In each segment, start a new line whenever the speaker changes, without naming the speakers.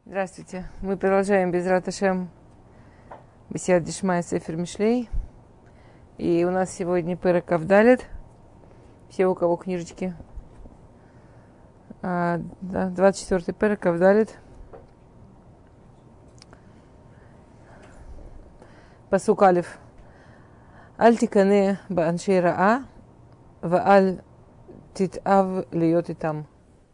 Здравствуйте. Мы продолжаем Безрат Ашем Бесиат Дишмай Сефер Мишлей. И у нас сегодня Перек Авдалет. Все, у кого книжечки. 24-й Перек Авдалет. Пасук Алиф. Аль тикане бааншей раа ва аль титав льет и там.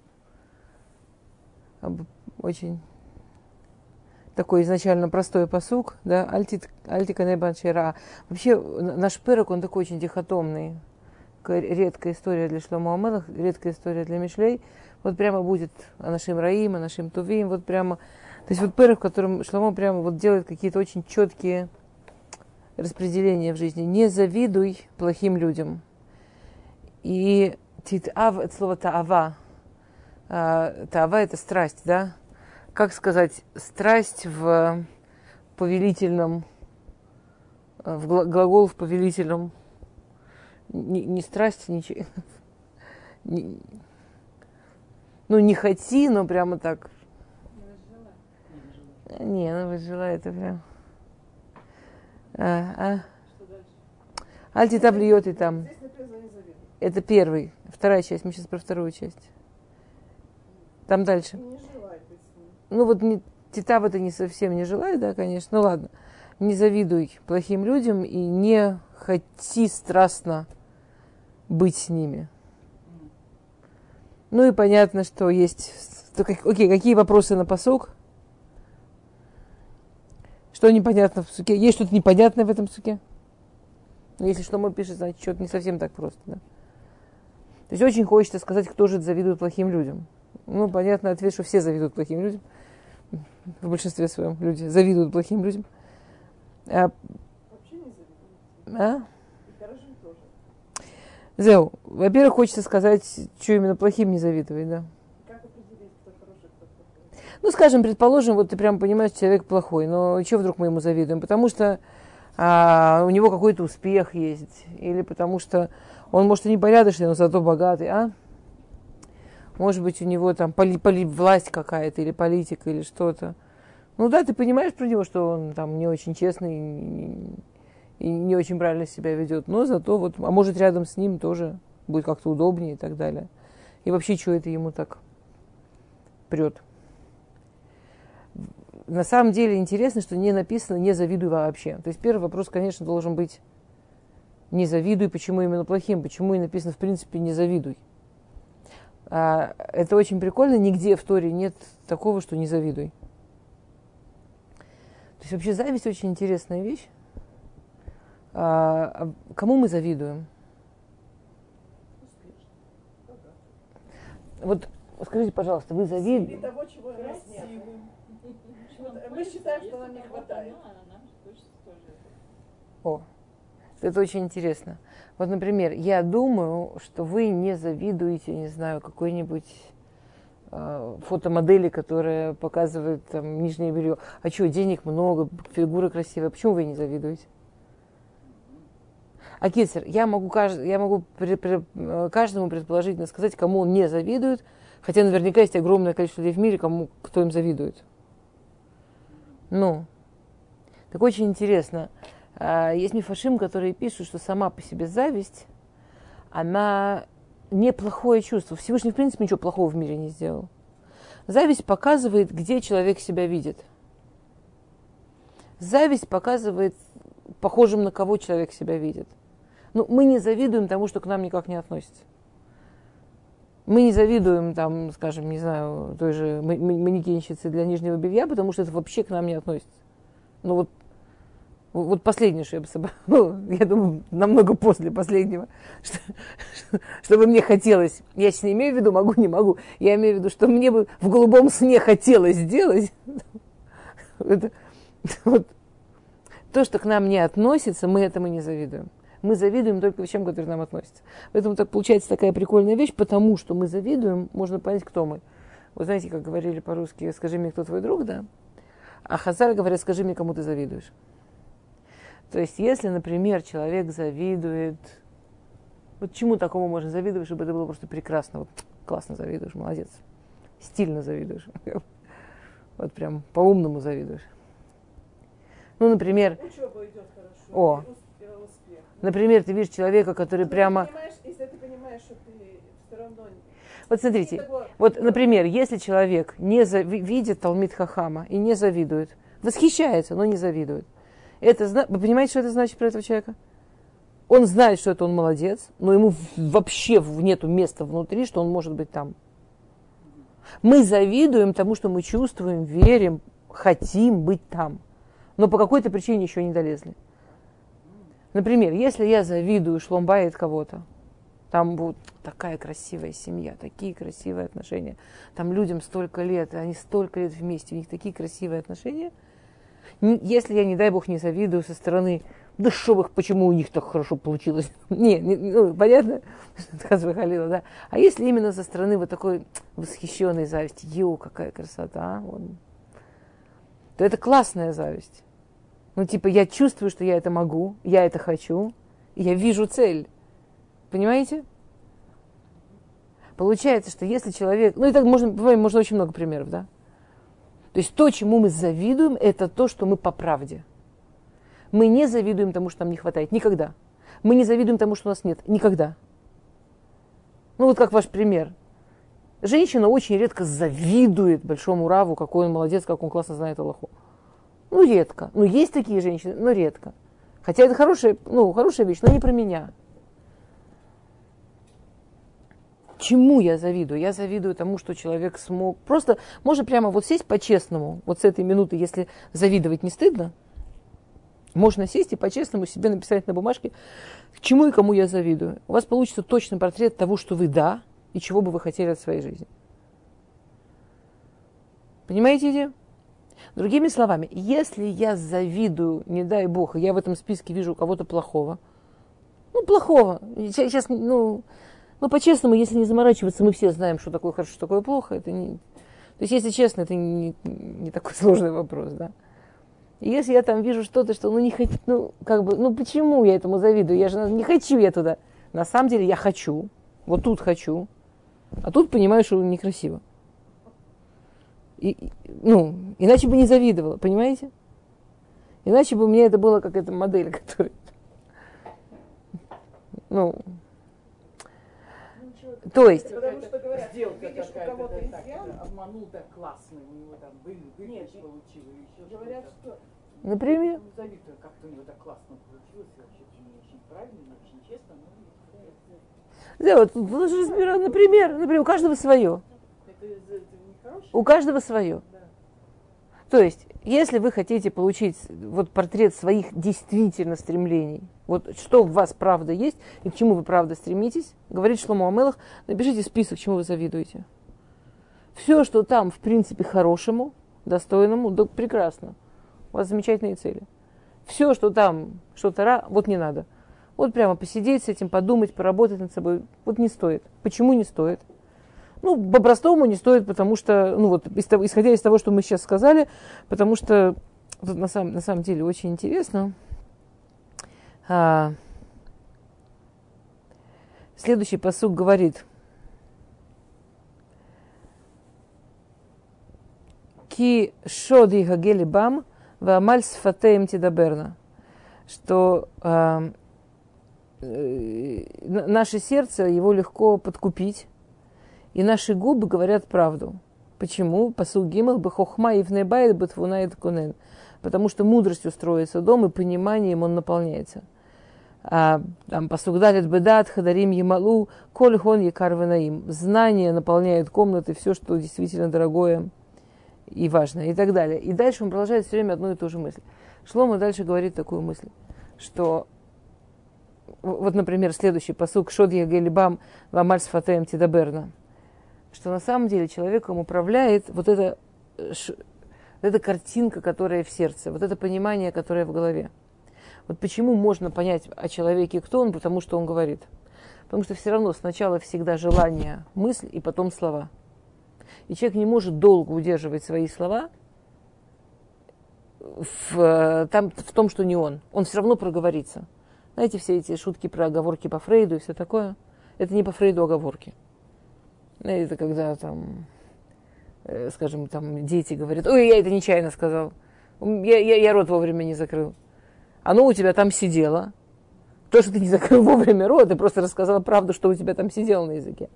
Очень такой изначально простой пасук, да, альтикане баншира. Вообще наш перек, он такой очень дихотомный. Редкая история для Шломо Амелех, редкая история для Мишлей. Вот прямо будет о нашим Раим, о нашим Тувим, вот прямо. То есть вот перек, в котором Шломо прямо вот делает какие-то очень четкие распределения в жизни. Не завидуй плохим людям. И титав, это слово таава. Таава это страсть, да? Как сказать, страсть в повелительном, глагол в повелительном, не страсть, ничего. Не хоти, но прямо так. Не, возжила это прям. Альтитав льет и там. Это первый, вторая часть, мы сейчас про вторую часть. Там дальше. Титав это не совсем не желает, да, конечно. Ну ладно. Не завидуй плохим людям и не хоти страстно быть с ними. Ну и понятно, что есть... Окей, какие вопросы на пасук? Что непонятно в суке? Есть что-то непонятное в этом суке? Если что мы пишем, значит, что-то не совсем так просто, да? То есть очень хочется сказать, кто же завидует плохим людям. Понятно, ответ, что все завидуют плохим людям. В большинстве своем люди завидуют плохим людям.
Вообще не завидуют. И хорошим тоже.
Зеу, во-первых, хочется сказать, что именно плохим не завидовать, да.
Как определить, кто хороший, кто плохой?
Скажем, предположим, вот ты прямо понимаешь, что человек плохой, но чего вдруг мы ему завидуем? Потому что у него какой-то успех есть, или потому что он, может, и непорядочный, но зато богатый, Может быть, у него там власть какая-то, или политика, или что-то. Ты понимаешь про него, что он там не очень честный и не очень правильно себя ведет. Но зато может рядом с ним тоже будет как-то удобнее и так далее. И вообще, что это ему так прет? На самом деле интересно, что не написано «не завидуй вообще». То есть первый вопрос, конечно, должен быть «не завидуй». Почему именно плохим? Почему и написано, в принципе, «не завидуй». Это очень прикольно. Нигде в Торе нет такого, что не завидуй. То есть вообще зависть очень интересная вещь. Кому мы завидуем? Вот скажите, пожалуйста, вы завидуете?
Того, чего у нас нет. Мы считаем, что нам не хватает.
Это очень интересно. Вот, например, я думаю, что вы не завидуете, не знаю, какой-нибудь фотомодели, которая показывает там нижнее белье. А что, денег много, фигура красивая. Почему вы не завидуете? А Китсер, я могу каждому предположительно сказать, кому он не завидует, хотя наверняка есть огромное количество людей в мире, кто им завидует. Так очень интересно. Есть мифашим, которые пишут, что сама по себе зависть, она неплохое чувство. Всевышний, в принципе, ничего плохого в мире не сделал. Зависть показывает, где человек себя видит. Зависть показывает, похожим на кого человек себя видит. Мы не завидуем тому, что к нам никак не относится. Мы не завидуем, там, скажем, не знаю, той же манекенщице для нижнего белья, потому что это вообще к нам не относится. Вот последнее, что я бы собрала, я думаю, намного после последнего, чтобы мне хотелось, я сейчас не имею в виду, могу, не могу, я имею в виду, что мне бы в голубом сне хотелось сделать, то, что к нам не относится, мы этому не завидуем. Мы завидуем только вещам, которые к нам относятся. Поэтому так получается такая прикольная вещь, потому что мы завидуем, можно понять, кто мы. Вы знаете, как говорили по-русски, скажи мне, кто твой друг, да? А Хазаль говорят, скажи мне, кому ты завидуешь. То есть, если, например, человек завидует, чему такому можно завидовать, чтобы это было просто прекрасно, классно завидуешь, молодец, стильно завидуешь. Вот прям по-умному завидуешь. Ну, например...
Учеба идет хорошо.
О.
Успех.
Например, ты видишь человека, который прямо...
Если ты понимаешь, что ты все равно...
Вот смотрите, вот, например, если человек не видит Талмид Хахама и не завидует, восхищается, но не завидует, вы понимаете, что это значит про этого человека? Он знает, что это он молодец, но ему вообще нету места внутри, что он может быть там. Мы завидуем тому, что мы чувствуем, верим, хотим быть там, но по какой-то причине еще не долезли. Например, если я завидую Шломбайт кого-то, там вот такая красивая семья, такие красивые отношения, там людям столько лет, они столько лет вместе, у них такие красивые отношения. Если я, не дай бог, не завидую со стороны, да шо их, почему у них так хорошо получилось? Ну, понятно? Халила, да. А если именно со стороны вот такой восхищенной зависти, какая красота, то это классная зависть. Ну, типа, я чувствую, что я это могу, я это хочу, и я вижу цель. Понимаете? Получается, что если человек... Ну, и так можно очень много примеров, да? То есть то, чему мы завидуем, это то, что мы по правде. Мы не завидуем тому, что нам не хватает. Никогда. Мы не завидуем тому, что у нас нет. Никогда. Ну, вот как ваш пример. Женщина очень редко завидует большому Раву, какой он молодец, как он классно знает Аллаху. Ну, редко. Ну, есть такие женщины, но редко. Хотя это хорошая вещь, но не про меня. Чему я завидую? Я завидую тому, что человек смог... Просто можно прямо вот сесть по-честному, вот с этой минуты, если завидовать не стыдно, можно сесть и по-честному себе написать на бумажке, к чему и кому я завидую. У вас получится точный портрет того, что вы да, и чего бы вы хотели от своей жизни. Понимаете идею? Другими словами, если я завидую, не дай бог, и я в этом списке вижу кого-то плохого, сейчас, по-честному, если не заморачиваться, мы все знаем, что такое хорошо, что такое плохо. То есть, если честно, это не такой сложный вопрос, да. И если я там вижу что-то, что, почему я этому завидую? Я же не хочу я туда. На самом деле я хочу, вот тут хочу, а тут понимаю, что некрасиво. Иначе бы не завидовала, понимаете? Иначе бы мне это было как эта модель, которая... То есть...
Потому что говорят,
сделка
видишь, у
какая-то,
кого-то
так,
изъян.
обманул так классно, у него там выигрыш получил, или еще
Говорят,
что-то.
что...
Например?
Завидую, как-то у него так классно получилось, и вообще не очень правильно, не очень честно, но...
Например, у каждого свое.
Это не хорошее?
У каждого свое.
Да.
То есть, если вы хотите получить вот портрет своих действительно стремлений, вот что в вас правда есть и к чему вы правда стремитесь, говорит Шломо ха-Мелех, напишите список, чему вы завидуете. Все, что там, в принципе, хорошему, достойному, да прекрасно. У вас замечательные цели. Все, что там, что-то вот не надо. Вот прямо посидеть с этим, подумать, поработать над собой, вот не стоит. Почему не стоит? По-простому не стоит, потому что, исходя из того, что мы сейчас сказали, потому что тут на самом деле очень интересно. Следующий пасук говорит: Ки шоди хагели бам ваамаль сфатеем тидаберна, что наше сердце, его легко подкупить, и наши губы говорят правду. Почему? Пасук гимел бехохма и внебайт бетвунайт кунен. Потому что мудростью строится дом, и пониманием он наполняется. Пасук далит бедат хадарим ямалу коль хон якар венаим. Знание наполняет комнаты, все, что действительно дорогое и важное, и так далее. И дальше он продолжает все время одну и ту же мысль. Шломо дальше говорит такую мысль, что вот, например, следующий пасук шод ягелибам вамаль сфатеем тидаберна, что на самом деле человеком управляет вот эта картинка, которая в сердце, вот это понимание, которое в голове. Вот почему можно понять о человеке, кто он, потому что он говорит. Потому что все равно сначала всегда желание, мысль и потом слова. И человек не может долго удерживать свои слова в том, что не он. Он все равно проговорится. Знаете, все эти шутки про оговорки по Фрейду и все такое, это не по Фрейду оговорки. Это когда там скажем, там дети говорят, ой, я это нечаянно сказал, я рот вовремя не закрыл. Оно у тебя там сидело. То, что ты не закрыл вовремя рот, ты просто рассказала правду, что у тебя там сидело на языке.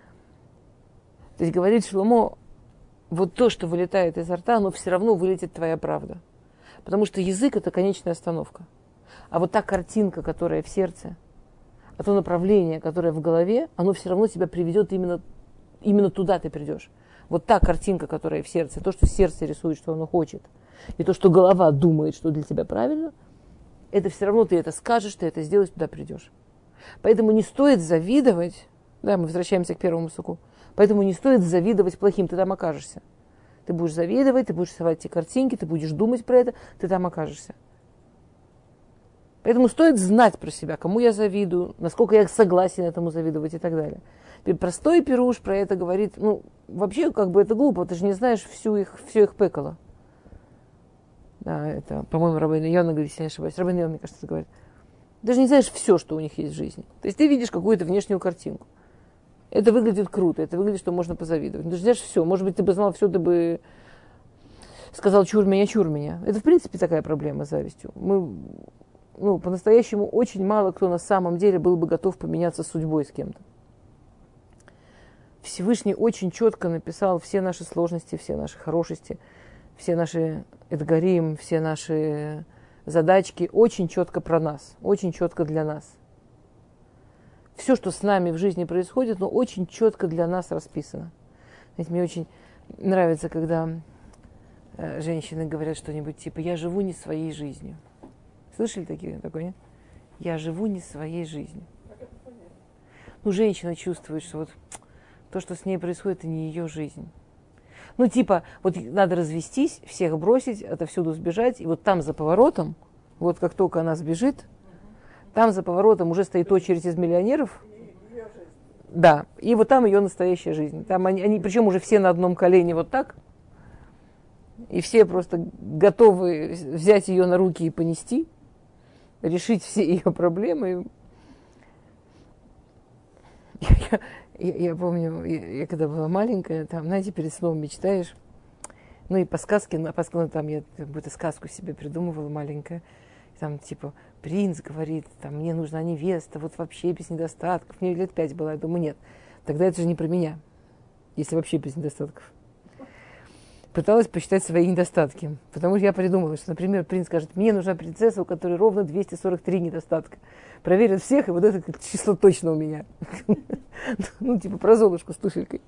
То есть говорит Шломо, вот то, что вылетает изо рта, оно все равно вылетит твоя правда. Потому что язык – это конечная остановка. А вот та картинка, которая в сердце, а то направление, которое в голове, оно все равно тебя приведет именно туда ты придешь. Вот та картинка, которая в сердце, то, что сердце рисует, что оно хочет, и то, что голова думает, что для тебя правильно, это все равно ты это скажешь, ты это сделаешь, туда придешь. Поэтому не стоит завидовать, да, мы возвращаемся к первому суку, поэтому не стоит завидовать плохим, ты там окажешься. Ты будешь завидовать, ты будешь рисовать эти картинки, ты будешь думать про это, ты там окажешься. Поэтому стоит знать про себя, кому я завидую, насколько я согласен этому завидовать и так далее. Простой пируш про это говорит, вообще как бы это глупо, ты же не знаешь все их пекало. Да, это, по-моему, Рабейну Йона говорит, если не ошибаюсь. Рабейну Йона, мне кажется, это говорит. Ты даже не знаешь все, что у них есть в жизни. То есть ты видишь какую-то внешнюю картинку. Это выглядит круто, это выглядит, что можно позавидовать. Ты же знаешь все. Может быть, ты бы знал все, ты бы сказал чур меня. Это, в принципе, такая проблема с завистью. Мы, по-настоящему очень мало кто на самом деле был бы готов поменяться судьбой с кем-то. Всевышний очень четко написал все наши сложности, все наши хорошести, все наши эдгарим, все наши задачки очень четко про нас, очень четко для нас. Все, что с нами в жизни происходит, но очень четко для нас расписано. Знаете, мне очень нравится, когда женщины говорят что-нибудь типа «я живу не своей жизнью». Слышали такое, нет? «Я живу не своей жизнью». Женщина чувствует, что вот то, что с ней происходит, это не ее жизнь. Вот надо развестись, всех бросить, отовсюду сбежать, и вот там за поворотом, вот как только она сбежит, там за поворотом уже стоит очередь из миллионеров. Да, и вот там ее настоящая жизнь. Там они, причем уже все на одном колене вот так, и все просто готовы взять ее на руки и понести, решить все ее проблемы. Я помню, я когда была маленькая, там, знаете, перед сном мечтаешь, и по сказке, там я какую-то сказку себе придумывала маленькая, там, типа, принц говорит, там, мне нужна невеста, вот вообще без недостатков. Мне лет 5 было, я думаю, нет, тогда это же не про меня, если вообще без недостатков. Пыталась посчитать свои недостатки, потому что я придумала, что, например, принц скажет, мне нужна принцесса, у которой ровно 243 недостатка. Проверят всех, и вот это число точно у меня. Про Золушку с туфелькой.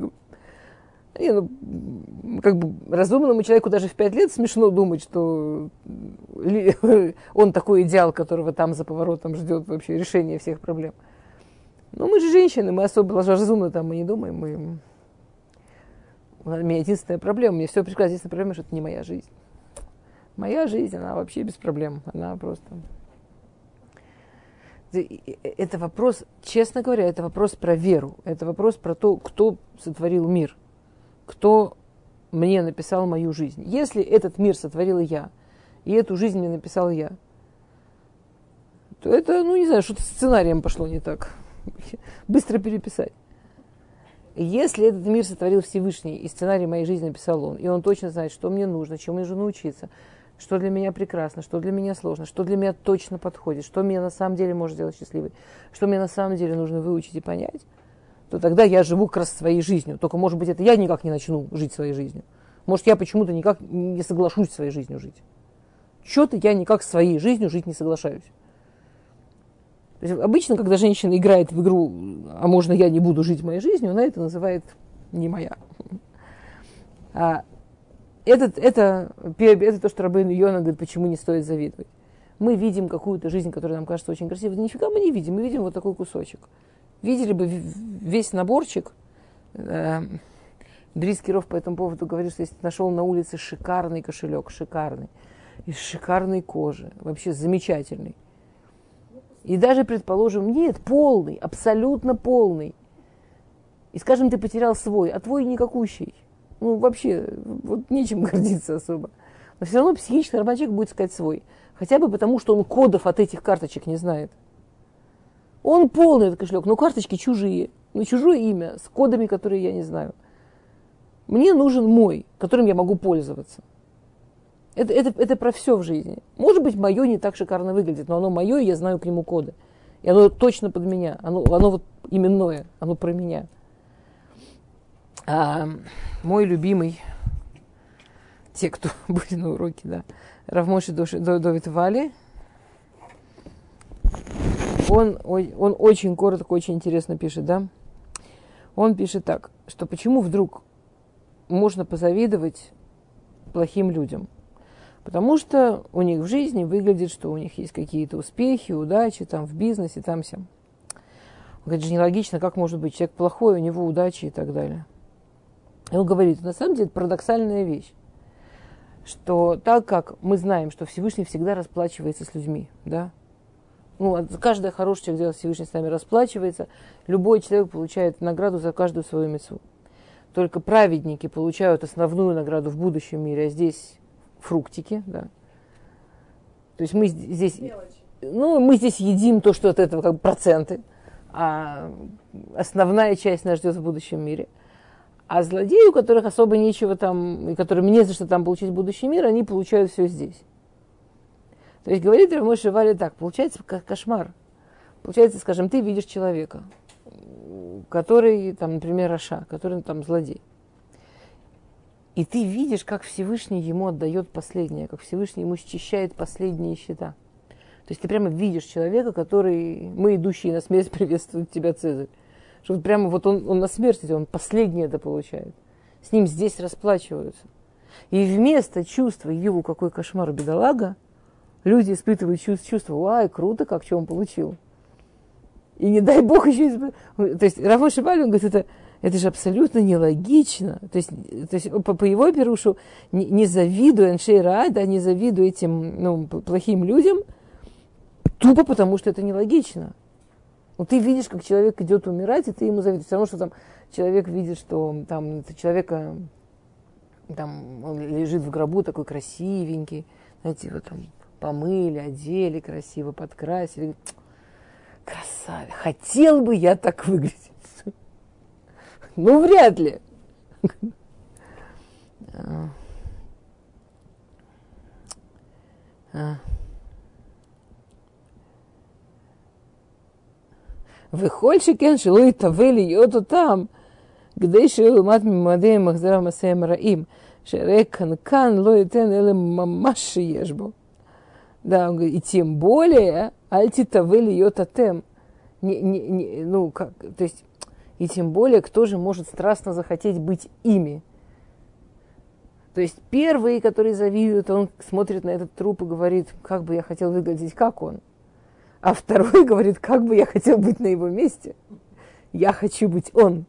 Разумному человеку даже в 5 лет смешно думать, что он такой идеал, которого там за поворотом ждет вообще решение всех проблем. Но мы же женщины, мы особо разумно там мы не думаем. У меня единственная проблема, мне все прекрасно, единственная проблема, что это не моя жизнь. Моя жизнь, она вообще без проблем. Она просто... Это вопрос, честно говоря, это вопрос про веру. Это вопрос про то, кто сотворил мир. Кто мне написал мою жизнь. Если этот мир сотворила я, и эту жизнь мне написал я, то это, не знаю, что-то с сценарием пошло не так. Быстро переписать. Если этот мир сотворил Всевышний, и сценарий моей жизни написал он, и он точно знает, что мне нужно, чему мне нужно научиться, что для меня прекрасно, что для меня сложно, что для меня точно подходит, что меня на самом деле может сделать счастливой, что мне на самом деле нужно выучить и понять, то тогда я живу как раз своей жизнью. Только, может быть, это я никак не начну жить своей жизнью. Может, я почему-то никак не соглашусь своей жизнью жить. Что-то я никак своей жизнью жить не соглашаюсь. То есть, обычно, когда женщина играет в игру, а можно я не буду жить моей жизнью, она это называет не моя. Это то, что Рабейну Йона говорит, почему не стоит завидовать. Мы видим какую-то жизнь, которая нам кажется очень красивой. Да нифига мы не видим, мы видим вот такой кусочек. Видели бы весь наборчик. Дрийский Ров по этому поводу говорит, что если ты нашел на улице шикарный кошелек, шикарный, из шикарной кожи, вообще замечательный. И даже, предположим, нет, полный, абсолютно полный. И, скажем, ты потерял свой, а твой никакущий. Вообще, вот нечем гордиться особо. Но все равно психический нормальный человек будет искать свой. Хотя бы потому, что он кодов от этих карточек не знает. Он полный, этот кошелек, но карточки чужие. Чужое имя, с кодами, которые я не знаю. Мне нужен мой, которым я могу пользоваться. Это про все в жизни. Может быть, мое не так шикарно выглядит, но оно мое, и я знаю к нему коды. И оно точно под меня. Оно вот именное, оно про меня. Мой любимый, те, кто были на уроке, да, Рав Моше Довид Вали, он очень коротко, очень интересно пишет, да. Он пишет так, что почему вдруг можно позавидовать плохим людям? Потому что у них в жизни выглядит, что у них есть какие-то успехи, удачи, там в бизнесе, там всем. Он говорит, же нелогично, как может быть человек плохой, у него удачи и так далее. И он говорит, на самом деле это парадоксальная вещь, что так как мы знаем, что Всевышний всегда расплачивается с людьми, да, каждое хорошее человек делает, Всевышний с нами расплачивается, любой человек получает награду за каждую свою мицву. Только праведники получают основную награду в будущем мире, а здесь фруктики, да. То есть мы здесь, мы здесь едим то, что от этого как бы проценты, а основная часть нас ждет в будущем мире. А злодеи, у которых особо нечего там, и которым не за что там получить будущий мир, они получают все здесь. То есть говорит Рав Моше Вали так, получается кошмар. Получается, скажем, ты видишь человека, который, там, например, раша, который там злодей. И ты видишь, как Всевышний ему отдает последнее, как Всевышний ему счищает последние счета. То есть ты прямо видишь человека, который, мы, идущие на смерть, приветствуют тебя, Цезарь. Что вот прямо вот он на смерти, он последнее это получает. С ним здесь расплачиваются. И вместо чувства, его какой кошмар, бедолага, люди испытывают чувство, ай, круто, как что он получил. И не дай бог еще испытывать. То есть Рав Моше Вали, он говорит, это же абсолютно нелогично. То есть по его пирушу не завидуй аншей ра, да, не завидуй этим плохим людям, тупо потому, что это нелогично. Ты видишь, как человек идет умирать, и ты ему завидуешь. Все равно, что там человек видит, что там человека там, он лежит в гробу такой красивенький, знаете, его там помыли, одели красиво, подкрасили. Красавец. Хотел бы я так выглядеть. Ну, вряд ли. וכל שכן שלא יתהווה להיות אותם, כדי שילמד ממועדי מחזר המעשיהם הרעים, שהרי כאן לא ייתן אלא ממש שיש בו. Да, он говорит, и тем более, аль титаве льет атем. То есть, и тем более, кто же может страстно захотеть быть ими? То есть, первый, который завидует, он смотрит на этот труп и говорит, как бы я хотел выглядеть, как он. А второй говорит, как бы я хотел быть на его месте. Я хочу быть он.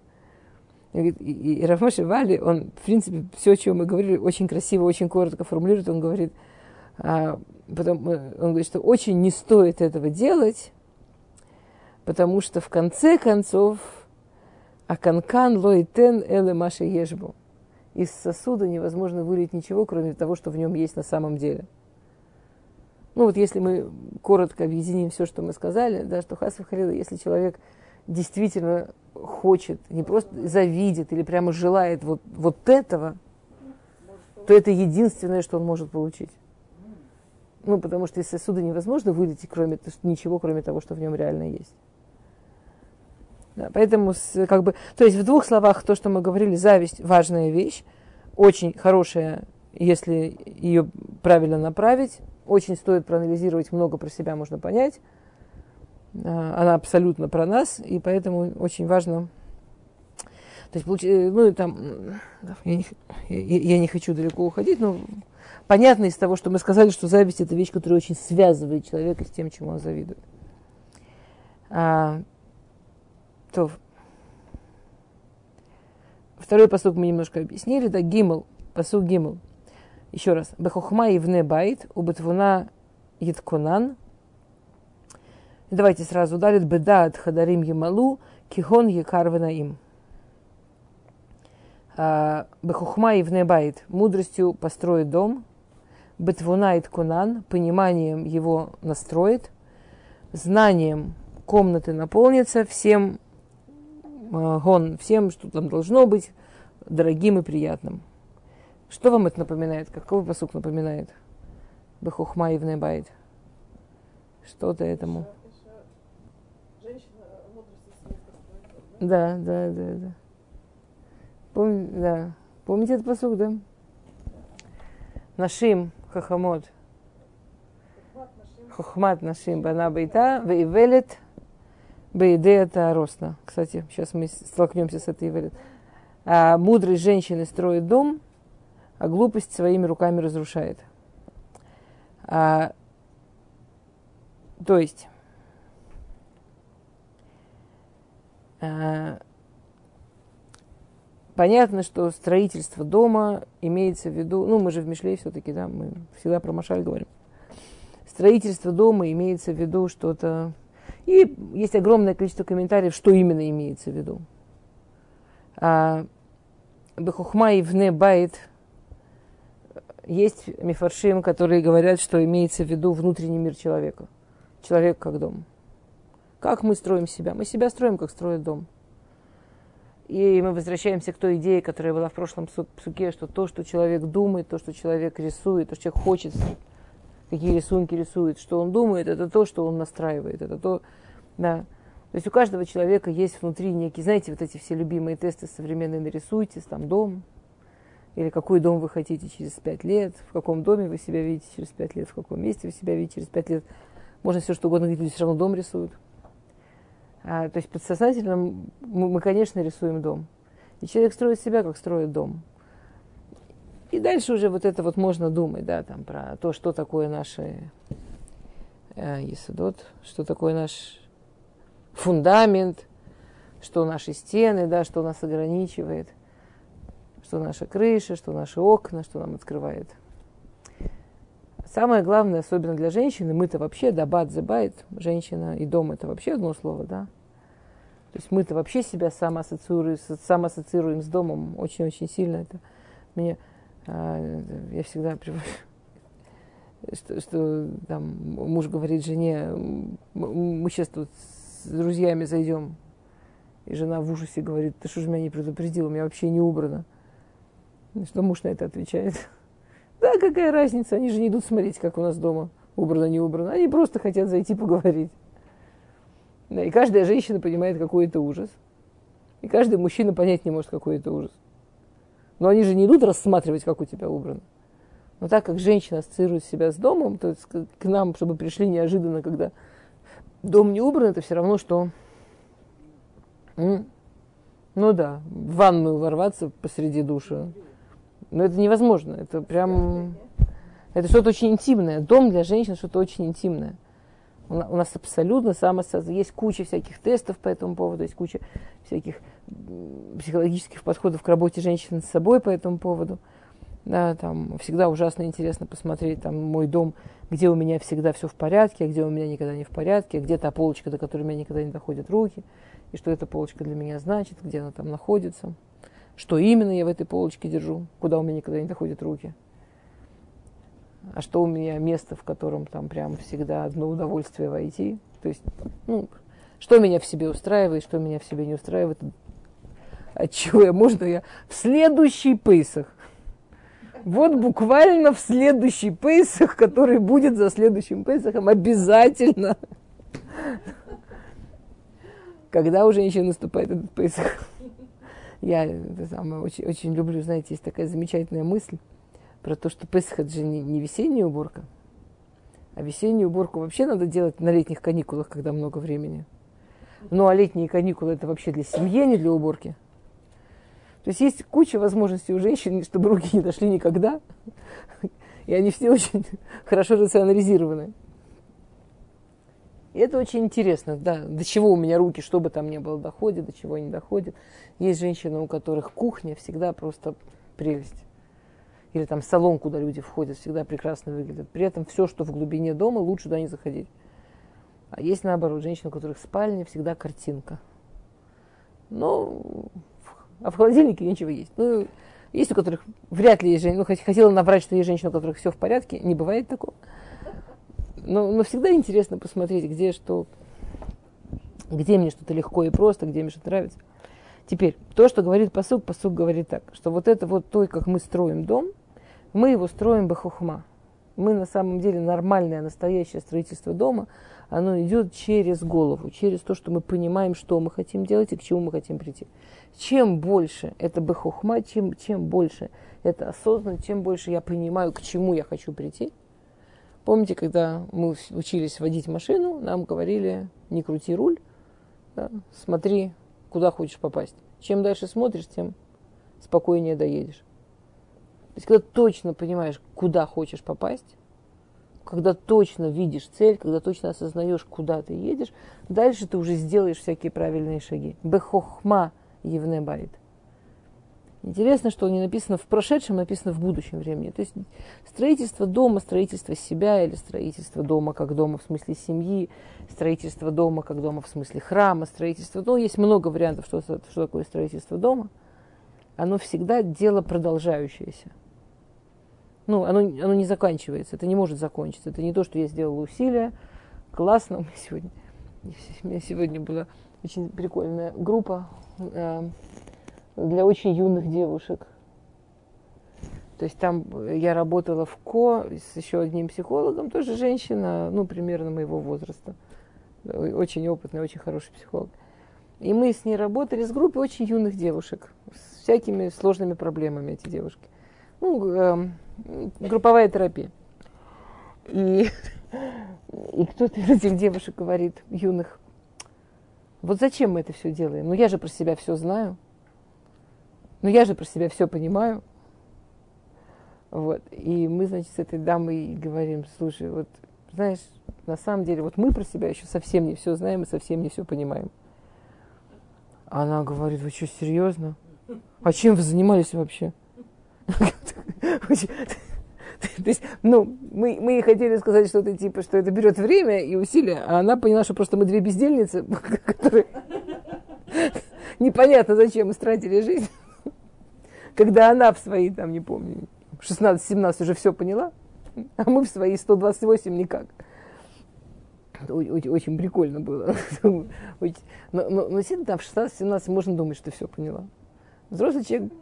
И Рав Моше Вали, он, в принципе, все, о чем мы говорили, очень красиво, очень коротко формулирует. Он говорит, он говорит, что очень не стоит этого делать, потому что в конце концов аканкан лоитен эле маши ешбу. Из сосуда невозможно вылить ничего, кроме того, что в нем есть на самом деле. Если мы коротко объединим все, что мы сказали, да, что хас вахалила, если человек действительно хочет, не просто завидит или прямо желает вот этого, то это единственное, что он может получить. Потому что из сосуда невозможно вылить ничего, кроме того, что в нем реально есть. Да, поэтому, то есть в двух словах то, что мы говорили, зависть – важная вещь, очень хорошая, если ее правильно направить, очень стоит проанализировать, много про себя можно понять. Она абсолютно про нас, и поэтому очень важно. То есть, я не хочу далеко уходить, но понятно из того, что мы сказали, что зависть – это вещь, которая очень связывает человека с тем, чему он завидует. Второй пасук мы немножко объяснили, да, гимл, пасук гимл. Еще раз. Бехохма ивне байт, убетвуна yitkонан. Давайте сразу далит бедат хадарим ямалу, кихон якарвена им. Бехохма ивне байт, мудростью построит дом. Бетвуна yitkонан, пониманием его настроит. Знанием комнаты наполнится всем, всем, что там должно быть, дорогим и приятным. Что вам это напоминает? Какой пасук напоминает? Бехухма и внебайт. Что-то этому.
Женщина мудрости света.
Да. Помните этот пасук, да? Нашим хахамот. Хохмат нашим бана бейта вейвелет бейдея тааросна. Кстати, сейчас мы столкнемся с этой вейвелет. А мудрые женщины строят дом, а глупость своими руками разрушает. То есть понятно, что строительство дома имеется в виду, мы же в Мишле все-таки, да, мы всегда про Машаль говорим. Строительство дома имеется в виду что-то, и есть огромное количество комментариев, что именно имеется в виду. Бехухма и вне байт. Есть мифаршим, которые говорят, что имеется в виду внутренний мир человека. Человек как дом. Как мы строим себя? Мы себя строим, как строят дом. И мы возвращаемся к той идее, которая была в прошлом псуке, что то, что человек думает, то, что человек рисует, то, что человек хочет, какие рисунки рисует, что он думает, это то, что он настраивает. Это то, да. То есть у каждого человека есть внутри некие, знаете, вот эти все любимые тесты современные, нарисуйте, там дом, или какой дом вы хотите через 5 лет, в каком доме вы себя видите через 5 лет, в каком месте вы себя видите через 5 лет. Можно все что угодно, люди все равно дом рисуют. То есть подсознательно мы, конечно, рисуем дом. И человек строит себя, как строит дом. И дальше уже вот это вот можно думать, да, там, про то, что такое наши есудот, что такое наш фундамент, что наши стены, да, что нас ограничивает, что наша крыша, что наши окна, что нам открывает. Самое главное, особенно для женщины, мы-то вообще дабат зебайт, женщина и дом это вообще одно слово, да. То есть мы-то вообще себя самоассоциируем с домом очень-очень сильно. Это мне, я всегда привожу, что там муж говорит жене, мы сейчас тут с друзьями зайдем, и жена в ужасе говорит, ты что же меня не предупредила, у меня вообще не убрано. И что муж на это отвечает? Да, какая разница, они же не идут смотреть, как у нас дома убрано, не убрано. Они просто хотят зайти поговорить. Да, и каждая женщина понимает, какой это ужас. И каждый мужчина понять не может, какой это ужас. Но они же не идут рассматривать, как у тебя убрано. Но так как женщина ассоциирует себя с домом, то есть к нам, чтобы пришли неожиданно, когда дом не убран, это все равно, что... в ванную ворваться посреди душа. Но это невозможно. Это прям... Это что-то очень интимное. Дом для женщин что-то очень интимное. У нас абсолютно есть куча всяких тестов по этому поводу, есть куча всяких психологических подходов к работе женщины с собой по этому поводу. Да, там всегда ужасно интересно посмотреть там мой дом, где у меня всегда все в порядке, а где у меня никогда не в порядке, где та полочка, до которой у меня никогда не доходят руки, и что эта полочка для меня значит, где она там находится, что именно я в этой полочке держу, куда у меня никогда не доходят руки. А что у меня место, в котором там прям всегда одно удовольствие войти. То есть, что меня в себе устраивает, что меня в себе не устраивает. Отчего я в следующий Пейсах. Вот буквально в следующий Пейсах, который будет за следующим Пейсахом, обязательно. Когда у женщины наступает этот Пейсах. Я очень, очень люблю, знаете, есть такая замечательная мысль про то, что Песах это же не весенняя уборка, а весеннюю уборку вообще надо делать на летних каникулах, когда много времени. Ну, а летние каникулы это вообще для семьи, а не для уборки. То есть есть куча возможностей у женщин, чтобы руки не дошли никогда, и они все очень хорошо рационализированы. И это очень интересно, да, до чего у меня руки, что бы там ни было, доходят, до чего не доходят. Есть женщины, у которых кухня всегда просто прелесть. Или там салон, куда люди входят, всегда прекрасно выглядит. При этом все, что в глубине дома, лучше туда не заходить. А есть наоборот, женщины, у которых спальня всегда картинка. А в холодильнике нечего есть. Есть у которых вряд ли есть женщины. Хотела наврать, что есть женщины, у которых все в порядке. Не бывает такого. Но всегда интересно посмотреть, где мне что-то легко и просто, где мне что-то нравится. Теперь, то, что говорит пасук говорит так, что вот это вот то, как мы строим дом, мы его строим бехохма. Мы на самом деле нормальное, настоящее строительство дома, оно идет через голову, через то, что мы понимаем, что мы хотим делать и к чему мы хотим прийти. Чем больше это бехохма, чем больше это осознанно, чем больше я понимаю, к чему я хочу прийти. Помните, когда мы учились водить машину, нам говорили, не крути руль, да, смотри, куда хочешь попасть. Чем дальше смотришь, тем спокойнее доедешь. То есть, когда точно понимаешь, куда хочешь попасть, когда точно видишь цель, когда точно осознаешь, куда ты едешь, дальше ты уже сделаешь всякие правильные шаги. Бехохма евне байт. Интересно, что не написано в прошедшем, написано в будущем времени. То есть строительство дома, строительство себя или строительство дома как дома в смысле семьи, строительство дома как дома в смысле храма, строительство дома. Есть много вариантов, что такое строительство дома. Оно всегда дело продолжающееся. Оно не заканчивается, это не может закончиться. Это не то, что я сделала усилия. Классно. У меня сегодня была очень прикольная группа для очень юных девушек. То есть там я работала в КО с еще одним психологом, тоже женщина, примерно моего возраста. Очень опытный, очень хороший психолог. И мы с ней работали с группой очень юных девушек, с всякими сложными проблемами эти девушки. Групповая терапия. И кто-то из этих девушек говорит, юных, вот зачем мы это все делаем? Я же про себя все знаю. Я же про себя все понимаю. Вот. И мы, значит, с этой дамой говорим, слушай, вот, знаешь, на самом деле, вот мы про себя еще совсем не все знаем и совсем не все понимаем. Она говорит, вы что, серьезно? А чем вы занимались вообще? То есть, мы ей хотели сказать что-то типа, что это берет время и усилия, а она поняла, что просто мы две бездельницы, которые непонятно зачем истратили жизнь. Когда она в свои, не помню, 16-17 уже все поняла, а мы в свои 128 никак. Очень прикольно было. Но действительно, в 16-17 можно думать, что все поняла. Взрослый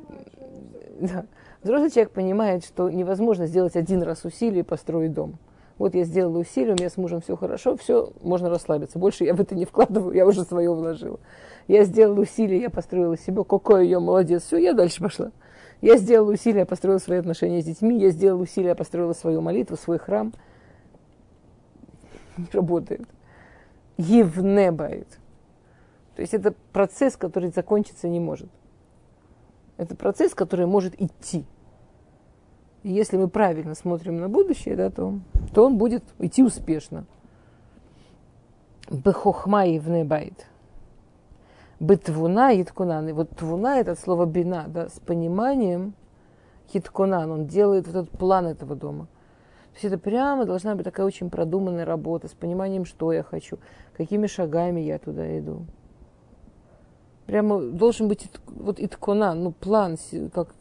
человек понимает, что невозможно сделать один раз усилие и построить дом. Вот я сделала усилие, у меня с мужем все хорошо, все, можно расслабиться. Больше я в это не вкладываю, я уже свое вложила. Я сделала усилие, я построила себя, какой я молодец, все, я дальше пошла. Я сделала усилия, я построила свои отношения с детьми, я сделала усилия, я построила свою молитву, свой храм. Не работает. Евне байт. То есть это процесс, который закончиться не может. Это процесс, который может идти. И если мы правильно смотрим на будущее, да, то он будет идти успешно. Бехохма евне байт. Бетвуна yitkунан. И вот твуна, это слово бина, да, с пониманием yitkунан. Он делает вот этот план этого дома. То есть это прямо должна быть такая очень продуманная работа, с пониманием, что я хочу, какими шагами я туда иду. Прямо должен быть вот иткунан, план, как...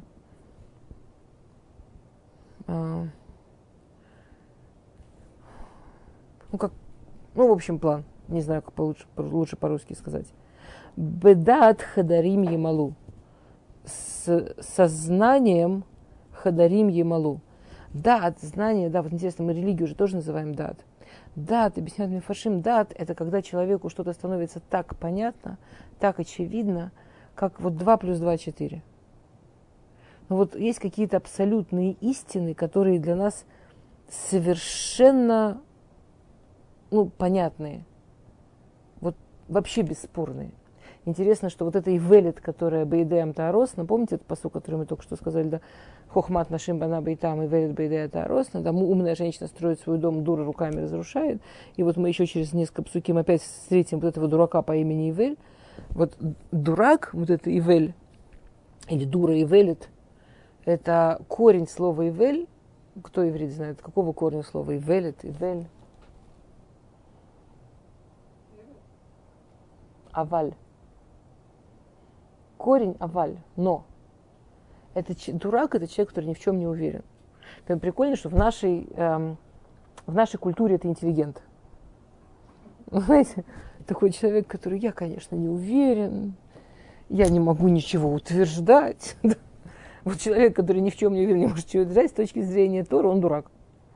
в общем, план. Не знаю, как лучше по-русски сказать. Бедат хадарим емалу. С сознанием хадарим емалу. Дат, знание, да, вот интересно, мы религию же тоже называем дат. Дат, объясняют мифаршим, дат, это когда человеку что-то становится так понятно, так очевидно, как вот 2 + 2 = 4. Но вот есть какие-то абсолютные истины, которые для нас совершенно, понятные, вот вообще бесспорные. Интересно, что вот эта ивелит, которая бейдеям таарос, помните этот пасук, который мы только что сказали, да, хохмат нашим бана бейтам, ивелит бейдея таарос, да, умная женщина строит свой дом, дура руками разрушает, и вот мы еще через несколько псуким опять встретим вот этого дурака по имени Ивель. Вот дурак, вот это Ивель, или дура Ивелит, это корень слова Ивель. Кто иврит знает, какого корня слова Ивелит, Ивель? Аваль. Корень аваль, но. Дурак – это человек, который ни в чем не уверен. Это прикольно, что в нашей культуре это интеллигент. Вы знаете, такой человек, который, я, конечно, не уверен, я не могу ничего утверждать. Вот человек, который ни в чем не уверен, не может чего утверждать, с точки зрения Торы, он дурак.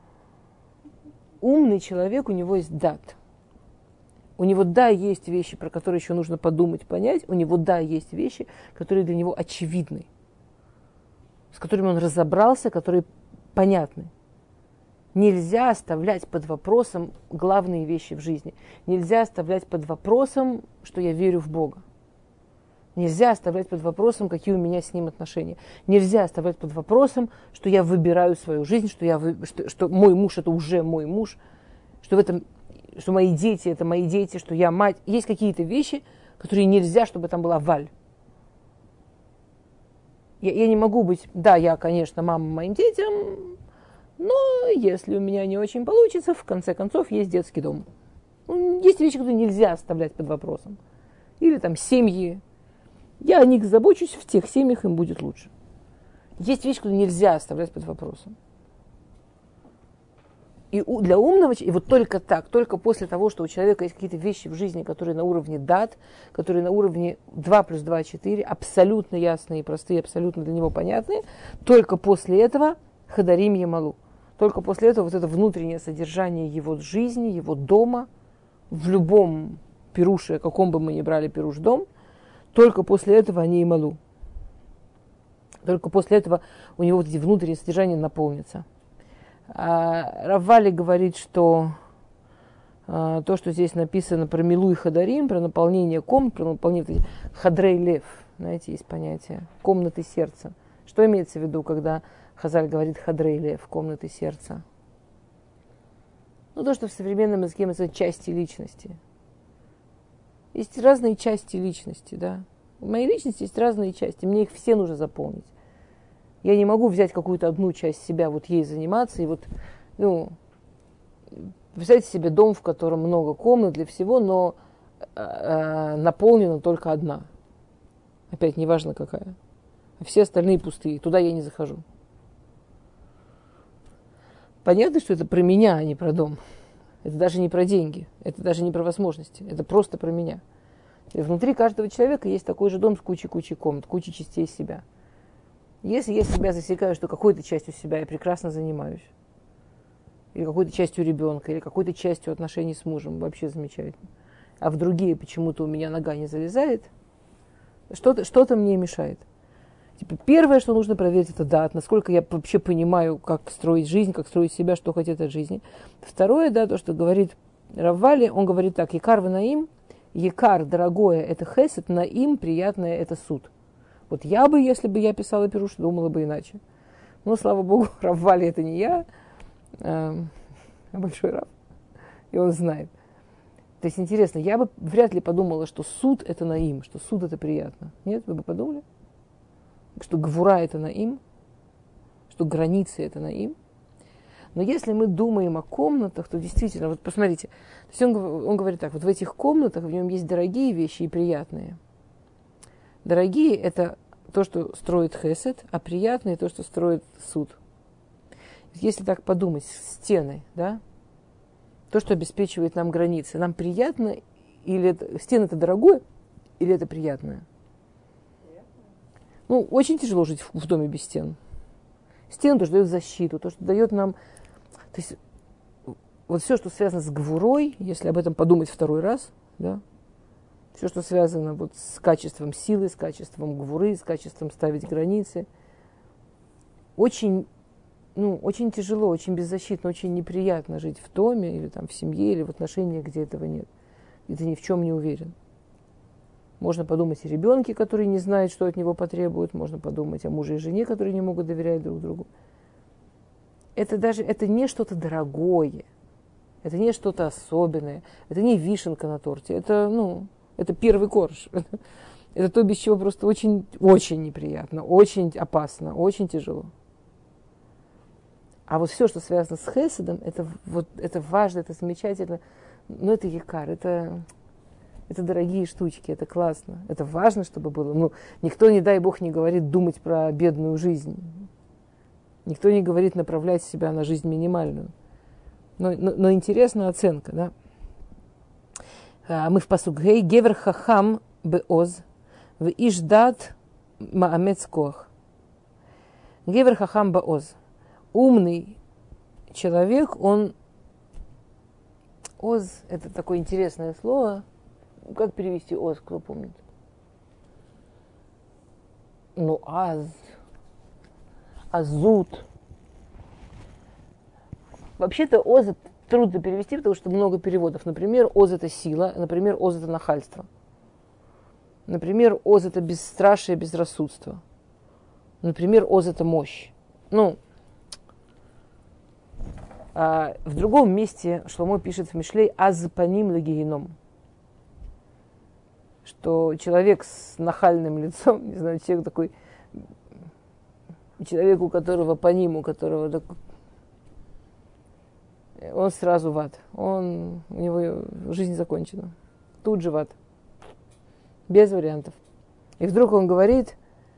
Умный человек, у него есть дат. У него, да, есть вещи, про которые еще нужно подумать, понять. У него, да, есть вещи, которые для него очевидны. С которыми он разобрался, которые понятны. Нельзя оставлять под вопросом главные вещи в жизни. Нельзя оставлять под вопросом, что я верю в Бога. Нельзя оставлять под вопросом, какие у меня с ним отношения. Нельзя оставлять под вопросом, что я выбираю свою жизнь, что мой муж – это уже мой муж, что мои дети – это мои дети, что я мать. Есть какие-то вещи, которые нельзя, чтобы там была валь. Я не могу быть, да, я, конечно, мама моим детям, но если у меня не очень получится, в конце концов, есть детский дом. Есть вещи, которые нельзя оставлять под вопросом. Или там семьи. Я о них забочусь, в тех семьях им будет лучше. Есть вещи, которые нельзя оставлять под вопросом. И для умного, и вот только так, только после того, что у человека есть какие-то вещи в жизни, которые на уровне дат, которые на уровне 2 плюс 2 – 4, абсолютно ясные, простые, абсолютно для него понятные, только после этого хадарим ямалу. Только после этого вот это внутреннее содержание его жизни, его дома, в любом пируше, каком бы мы ни брали пируш дом, только после этого они ямалу. Только после этого у него вот эти внутренние содержания наполнятся. Рав Вали говорит, что то, что здесь написано про милу и хадарим, про наполнение комнат, про наполнение хадрей лев, знаете, есть понятие комнаты сердца. Что имеется в виду, когда Хазаль говорит хадрей лев, комнаты сердца? Ну, то, что в современном языке называют части личности. Есть разные части личности, да. В моей личности есть разные части, мне их все нужно заполнить. Я не могу взять какую-то одну часть себя, вот ей заниматься, и вот, представьте себе дом, в котором много комнат для всего, но наполнена только одна. Опять, неважно какая. А все остальные пустые, туда я не захожу. Понятно, что это про меня, а не про дом. Это даже не про деньги, это даже не про возможности, это просто про меня. И внутри каждого человека есть такой же дом с кучей комнат, кучей частей себя. Если я себя засекаю, что какой-то частью себя я прекрасно занимаюсь, или какой-то частью ребенка, или какой-то частью отношений с мужем, вообще замечательно, а в другие почему-то у меня нога не залезает, что-то мне мешает. Типа, первое, что нужно проверить, это дат, насколько я вообще понимаю, как строить жизнь, как строить себя, что хотеть от жизни. Второе, да, то, что говорит Рав Вали, он говорит так: якар ванаим, якар, дорогое, это хесед, наим, приятное, это суд. Вот я бы, если бы я писала пируш, думала бы иначе. Но, слава богу, Рав Вали это не я, а большой Рав, и он знает. То есть, интересно, я бы вряд ли подумала, что суд это наим, что суд это приятно. Нет, вы бы подумали? Что гвура это наим, что границы это наим. Но если мы думаем о комнатах, то действительно, вот посмотрите, то есть он говорит так: вот в этих комнатах в нем есть дорогие вещи и приятные. Дорогие – это то, что строит хесед, а приятные – то, что строит суд. Если так подумать, стены, да, то, что обеспечивает нам границы, нам приятно, или стены – это дорогое, или это приятное? Ну, очень тяжело жить в доме без стен. Стены – то, что дает защиту, то, что дает нам… То есть, вот все, что связано с гвурой, если об этом подумать второй раз, да, все, что связано вот с качеством силы, с качеством гвуры, с качеством ставить границы, очень тяжело, очень беззащитно, очень неприятно жить в доме или там в семье, или в отношениях, где этого нет. И ты ни в чем не уверен. Можно подумать о ребенке, который не знает, что от него потребуют. Можно подумать о муже и жене, которые не могут доверять друг другу. Это не что-то дорогое. Это не что-то особенное. Это не вишенка на торте. Это первый корж. Это то, без чего просто очень, очень неприятно, очень опасно, очень тяжело. А вот все, что связано с хеседом, это важно, это замечательно. Но это якар, это дорогие штучки, это классно. Это важно, чтобы было. Никто, не дай бог, не говорит думать про бедную жизнь. Никто не говорит направлять себя на жизнь минимальную. Но интересная оценка, да. Мы в пасук гей гевер хахам беоз В ишдат маамец коах. Гевер хахам баоз. Умный человек, он... Оз – это такое интересное слово. Как перевести оз, кто помнит? Ну, азут. Вообще-то оз трудно перевести, потому что много переводов. Например, оз – это сила, например, оз – это нахальство. Например, оз – это бесстрашие, безрассудство. Например, оз – это мощь. Ну, в другом месте Шломо пишет в Мишлей «аз паним легеном», что человек с нахальным лицом, не знаю, человек такой, человек, у которого паним, у которого такой, он сразу в ад, у него жизнь закончена, тут же в ад, без вариантов. И вдруг он говорит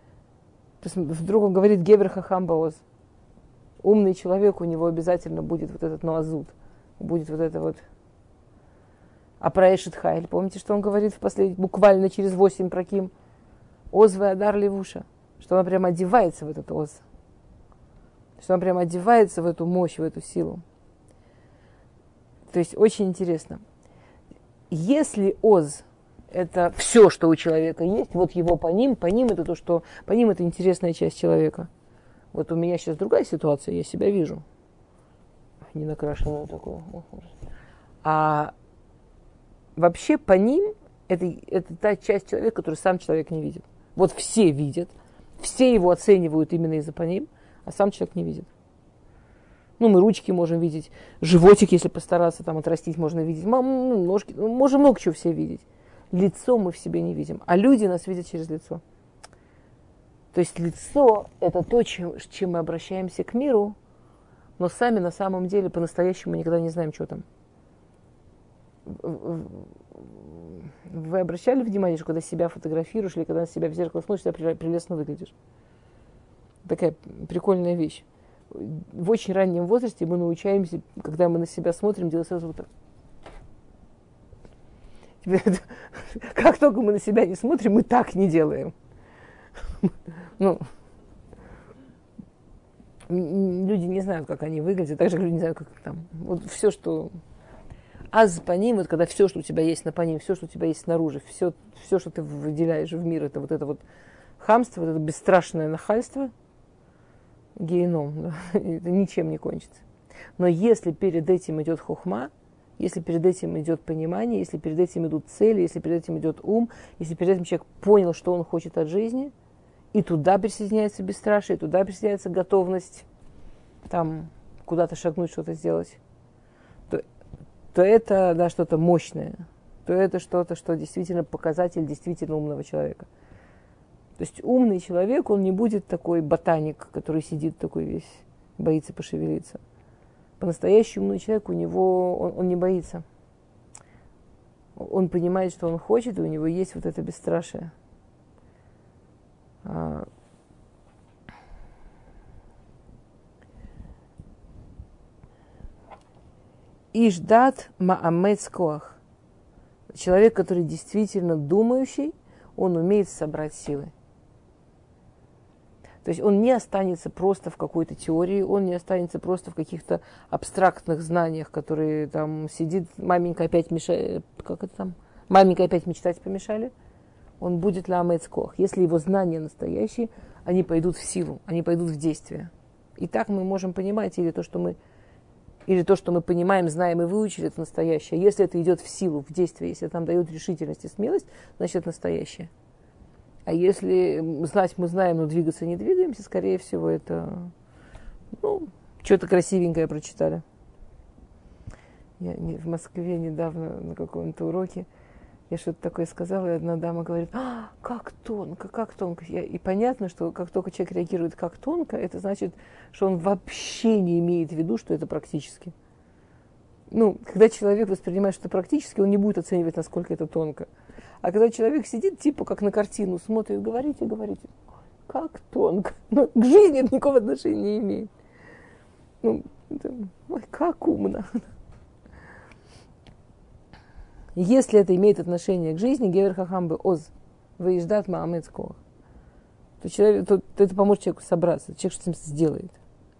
«Гевер хахам баоз». Умный человек, у него обязательно будет вот этот ноазут, будет вот это вот апраэшет хайль. Помните, что он говорит буквально через 8 праким? Оз веадар левуша. Что он прямо одевается в этот оз. Что он прямо одевается в эту мощь, в эту силу. То есть очень интересно. Если оз – это все, что у человека есть, вот его паним это то, что... Паним – это интересная часть человека. Вот у меня сейчас другая ситуация, я себя вижу. Не накрашенную такую. А вообще паним – это та часть человека, которую сам человек не видит. Вот все видят, все его оценивают именно из-за паним, а сам человек не видит. Ну, мы ручки можем видеть, животик, если постараться там отрастить, можно видеть, ножки, можем много чего все видеть. Лицо мы в себе не видим, а люди нас видят через лицо. То есть лицо – это то, чем мы обращаемся к миру, но сами на самом деле по-настоящему никогда не знаем, что там. Вы обращали внимание, что когда себя фотографируешь или когда на себя в зеркало смотришь, ты прелестно выглядишь? Такая прикольная вещь. В очень раннем возрасте мы научаемся, когда мы на себя смотрим, делать сразу вот так. Как только мы на себя не смотрим, мы так не делаем. Ну, люди не знают, как они выглядят, так же люди не знают, как там. Вот все, что... Аз по ним, вот когда все, что у тебя есть на паним, все, что у тебя есть снаружи, все, что ты выделяешь в мир, это вот хамство, вот это бесстрашное нахальство, геном, да, это ничем не кончится. Но если перед этим идет хохма, если перед этим идет понимание, если перед этим идут цели, если перед этим идет ум, если перед этим человек понял, что он хочет от жизни, и туда присоединяется бесстрашие, и туда присоединяется готовность там куда-то шагнуть, что-то сделать, то это, да, что-то мощное, то это что-то, что действительно показатель действительно умного человека. То есть умный человек, он не будет такой ботаник, который сидит такой весь, боится пошевелиться. По-настоящему умный человек, у него, он не боится. Он понимает, что он хочет, и у него есть вот это бесстрашие. Ишдат маамец коах. Человек, который действительно думающий, он умеет собрать силы. То есть он не останется просто в какой-то теории, он не останется просто в каких-то абстрактных знаниях, которые там сидит, маменька опять мешает, как это там, маменька опять мечтать помешали. Он будет ламец коах. Если его знания настоящие, они пойдут в силу, они пойдут в действие. И так мы можем понимать, или то, что мы понимаем, знаем и выучили, это настоящее. Если это идет в силу, в действие, если это нам дает решительность и смелость, значит, это настоящее. А если знать мы знаем, но двигаться не двигаемся, скорее всего, это, что-то красивенькое прочитали. Я в Москве недавно на каком-то уроке я что-то такое сказала, и одна дама говорит: как тонко, как тонко. И понятно, что как только человек реагирует как тонко, это значит, что он вообще не имеет в виду, что это практически. Когда человек воспринимает что-то практически, он не будет оценивать, насколько это тонко. А когда человек сидит, типа, как на картину, смотрит, говорите, как тонко. Но к жизни это никакого отношения не имеет. Как умно. Если это имеет отношение к жизни, гевер хахам бы оз. выезжает маамецкого. То это поможет человеку собраться, человек что-то сделает.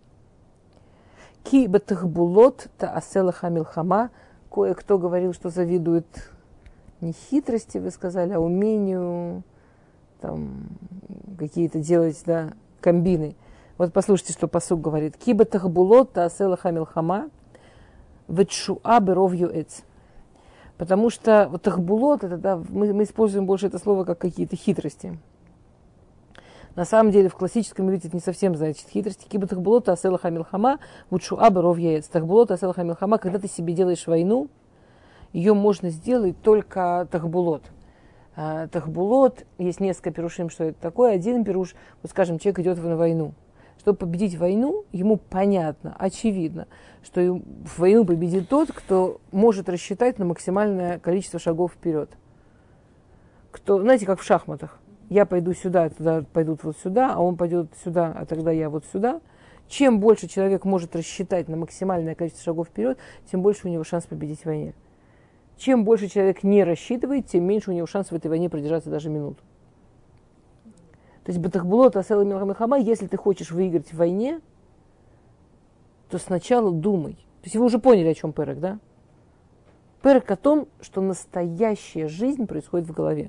Ки батахбулот та аселаха милхама. Кое-кто говорил, что завидует не хитрости, вы сказали, а умению там, какие-то делать, да, комбины. Вот послушайте, что пасук говорит. Ки батахбулот та аселаха милхама вэтшуа беров юэц. Потому что вот тахбулот, это, да, мы используем больше это слово как какие-то хитрости. На самом деле в классическом иврите это не совсем значит хитрости. Киба тахбулота аселаха милхама вутшуа беров яец. Тахбулота аселаха милхама, когда ты себе делаешь войну, ее можно сделать только тахбулот. Тахбулот, есть несколько пирушим, что это такое. Один пируш, вот скажем, человек идет на войну. Чтобы победить войну, ему понятно, очевидно, что в войну победит тот, кто может рассчитать на максимальное количество шагов вперед. Кто, знаете, как в шахматах. Я пойду сюда, тогда пойдут вот сюда, а он пойдет сюда, а тогда я вот сюда. Чем больше человек может рассчитать на максимальное количество шагов вперед, тем больше у него шанс победить в войне. Чем больше человек не рассчитывает, тем меньше у него шанс в этой войне продержаться даже минуту. То есть батахбулот асела милхама, если ты хочешь выиграть в войне, то сначала думай. То есть вы уже поняли, о чем перек, да? Перек о том, что настоящая жизнь происходит в голове.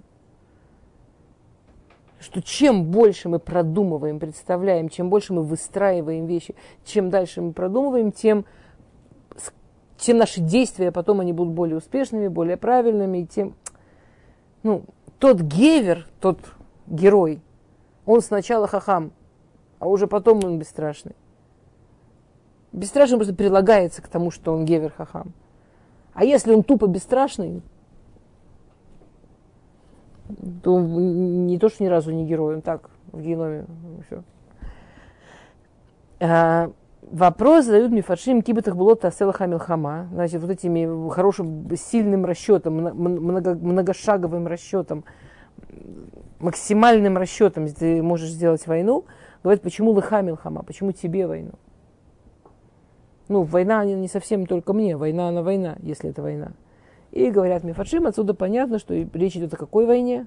Что чем больше мы продумываем, представляем, чем больше мы выстраиваем вещи, чем дальше мы продумываем, тем наши действия потом они будут более успешными, более правильными, тем, тот гевер, тот герой, он сначала хахам, а уже потом он бесстрашный. Бесстрашный просто прилагается к тому, что он гевер хахам. А если он тупо бесстрашный, то не то, что ни разу не герой, он так, в геноме. Вопрос задают мифаршим кибетах булота аселаха милхама. Значит, вот этими хорошим, сильным расчетом, многошаговым расчетом, максимальным расчетом ты можешь сделать войну. Говорят, почему лыха милхама, почему тебе войну? Война не совсем только мне, война она война, если это война. И говорят мифаршим, отсюда понятно, что речь идет о какой войне?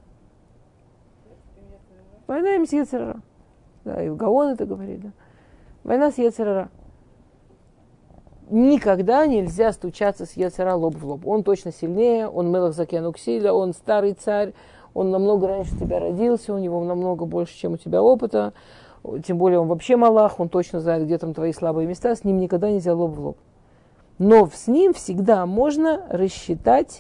Война с йецер ара. Да, и Гаон это говорит, да. Война с йецер ара. Никогда нельзя стучаться с йецер ара лоб в лоб. Он точно сильнее, он мелах закен уксиля, он старый царь, он намного раньше тебя родился, у него намного больше, чем у тебя опыта. Тем более он вообще малах, он точно знает, где там твои слабые места, с ним никогда нельзя лоб в лоб. Но с ним всегда можно рассчитать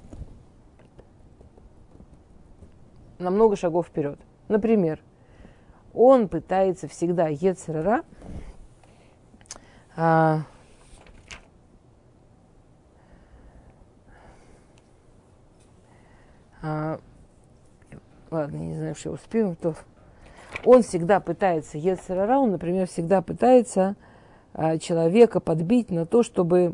на много шагов вперед. Например, он пытается всегда йецер ара ладно, я не знаю, что я успею. Он всегда пытается йецер ара, он, например, всегда пытается человека подбить на то, чтобы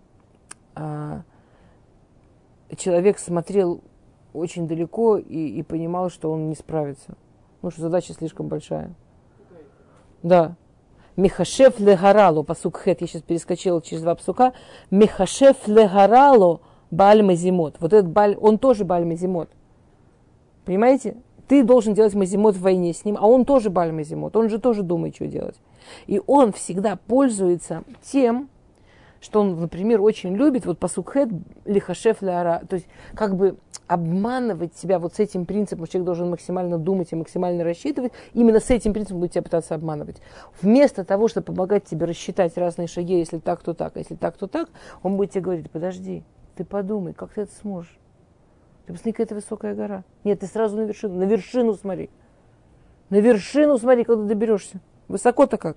человек смотрел очень далеко и понимал, что он не справится. Что задача слишком большая. Да. Михашев легарало, пасук хет, я сейчас перескочила через два псука. Михашев легарало бааль мазимот. Вот этот бааль, он тоже бааль мазимот. Понимаете? Ты должен делать мазимот в войне с ним, а он тоже бааль мазимот. Он же тоже думает, что делать. И он всегда пользуется тем, что он, например, очень любит, вот пасук хет лихашев леара, то есть как бы обманывать себя вот с этим принципом, что человек должен максимально думать и максимально рассчитывать, именно с этим принципом будет тебя пытаться обманывать. Вместо того, чтобы помогать тебе рассчитать разные шаги, если так, то так, если так, то так, он будет тебе говорить, подожди, ты подумай, как ты это сможешь? Ты посмотри, какая это высокая гора. Нет, ты сразу на вершину смотри. На вершину смотри, когда доберешься. Высоко-то как?